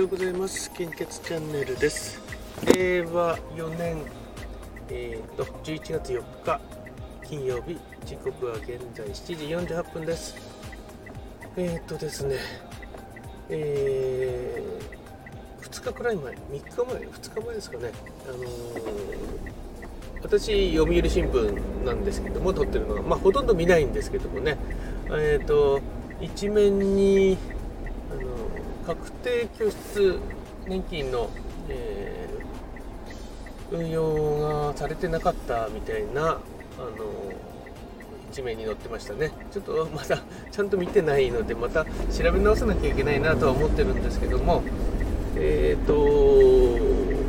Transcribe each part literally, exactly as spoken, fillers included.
ようございます。献血チャンネルです。れいわよねん、えー、とじゅういちがつよっか金曜日、時刻は現在しちじよんじゅうはっぷんです。えー、っとですね、えー、ふつかくらい前、みっかまえ、ふつかまえですかね、あのー、私、読売新聞なんですけども、撮ってるのは、まあ、ほとんど見ないんですけどもね、えー、っと一面にあの確定拠出年金の、えー、運用がされてなかったみたいなあの一面に載ってましたね。ちょっとまだちゃんと見てないので、また調べ直さなきゃいけないなとは思ってるんですけども、えっ、ー、と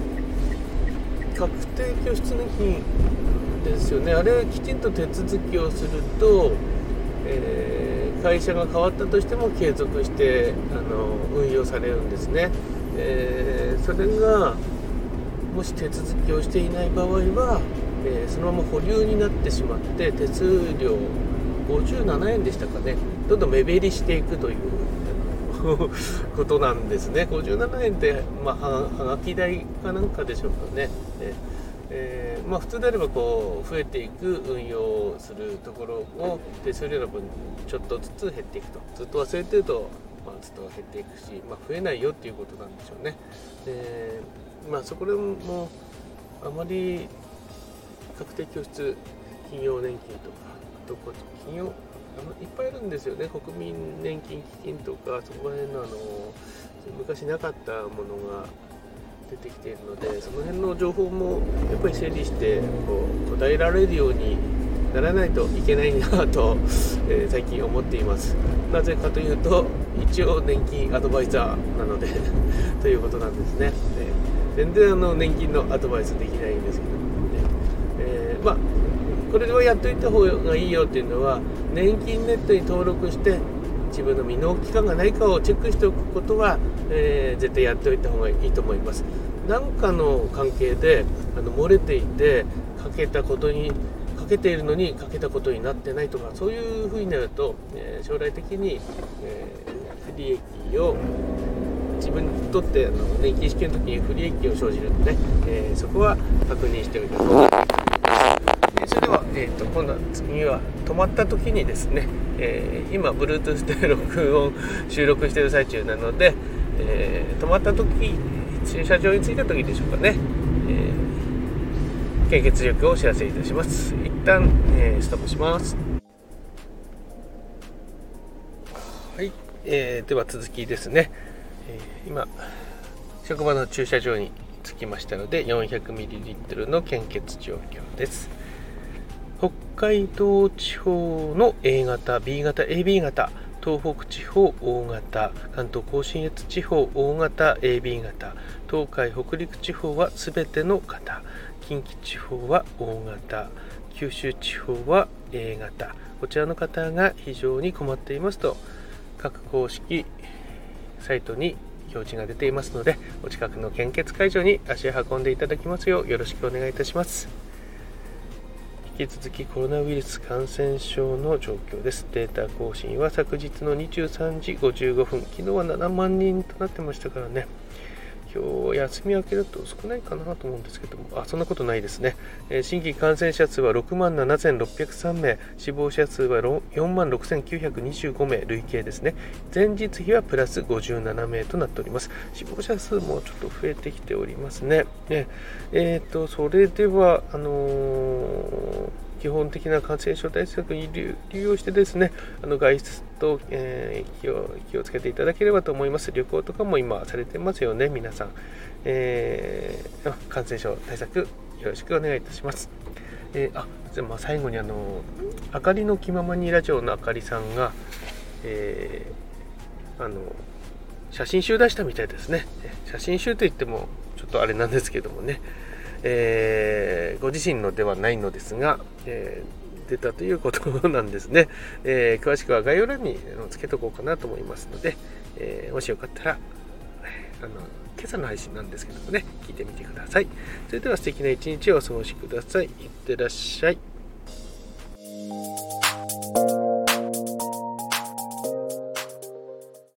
確定拠出年金ですよね。あれきちんと手続きをすると、えー会社が変わったとしても継続してあの運用されるんですね。えー、それがもし手続きをしていない場合は、えー、そのまま保留になってしまって手数料ごじゅうななえんでしたかね、どんどん目減りしていくということなんですね。ごじゅうななえんって、まあ、は, はがき代かなんかでしょうかね。ええーまあ、普通であればこう増えていく運用をするところを手数料の分ちょっとずつ減っていくと、ずっと忘れてると、まあ、ずっと減っていくし、まあ、増えないよっていうことなんでしょうね。で、まあ、そこでもあまり確定拠出金曜年金とか、あと金曜あのいっぱいあるんですよね。国民年金基金とか、そこら辺のあの昔なかったものが出てきているので、その辺の情報もやっぱり整理してこう答えられるようにならないといけないなと、えー、最近思っています。なぜかというと、一応年金アドバイザーなのでということなんですね。えー、全然あの年金のアドバイスできないんですけどもね、えー、まあこれはやっといた方がいいよっていうのは、年金ネットに登録して自分の未納期間がないかをチェックしておくことは、えー、絶対やっておいた方がいいと思います。何かの関係であの漏れていてかけたことにかけているのにかけたことになってないとか、そういうふうになると、えー、将来的に、えー、不利益を自分にとってあの年金支給の時に不利益を生じるので、えー、そこは確認しておいた方がいいと思います。それでは、えー、と今度は次は止まった時にですね、えー、今 Bluetooth で録音収録している最中なので、えー、止まった時、駐車場に着いた時でしょうかね、えー、献血力をお知らせいたします。一旦、えー、ストップします。はい、えー、では続きですね、えー、今職場の駐車場に着きましたので よんひゃくミリリットル の献血状況です。北海道地方の A 型、B 型、エービー 型、東北地方 O 型、関東甲信越地方 O 型、エービー 型、東海北陸地方はすべての型、近畿地方は O 型、九州地方は A 型、こちらの方が非常に困っていますと各公式サイトに表示が出ていますので、お近くの献血会場に足を運んでいただきますようよろしくお願いいたします。引き続きコロナウイルス感染症の状況です。データ更新は昨日のにじゅうさんじごじゅうごふん、昨日はななまんにんとなってましたからね。今日休み明けだと少ないかなと思うんですけども、あ、そんなことないですね。えー、新規感染者数はろくまんななせんろっぴゃくさんめい、死亡者数はよんまんろくせんきゅうひゃくにじゅうごめい、累計ですね。前日比はプラスごじゅうななめいとなっております。死亡者数もちょっと増えてきておりますね。ねえー、とそれではあのー基本的な感染症対策に流用してですね、あの外出と、えー、気を、気をつけていただければと思います。旅行とかも今されてますよね、皆さん。えー、感染症対策よろしくお願いいたします。えー、あ、じゃあまあ最後にあの、あかりの気ままにラジオのあかりさんが、えー、あの、写真集出したみたいですね。写真集といってもちょっとあれなんですけどもね。えー、ご自身のではないのですが、えー、出たということなんですね。えー、詳しくは概要欄につけとこうかなと思いますので、えー、もしよかったらあの今朝の配信なんですけどもね、聞いてみてください。それでは素敵な一日をお過ごしください。いってらっしゃい。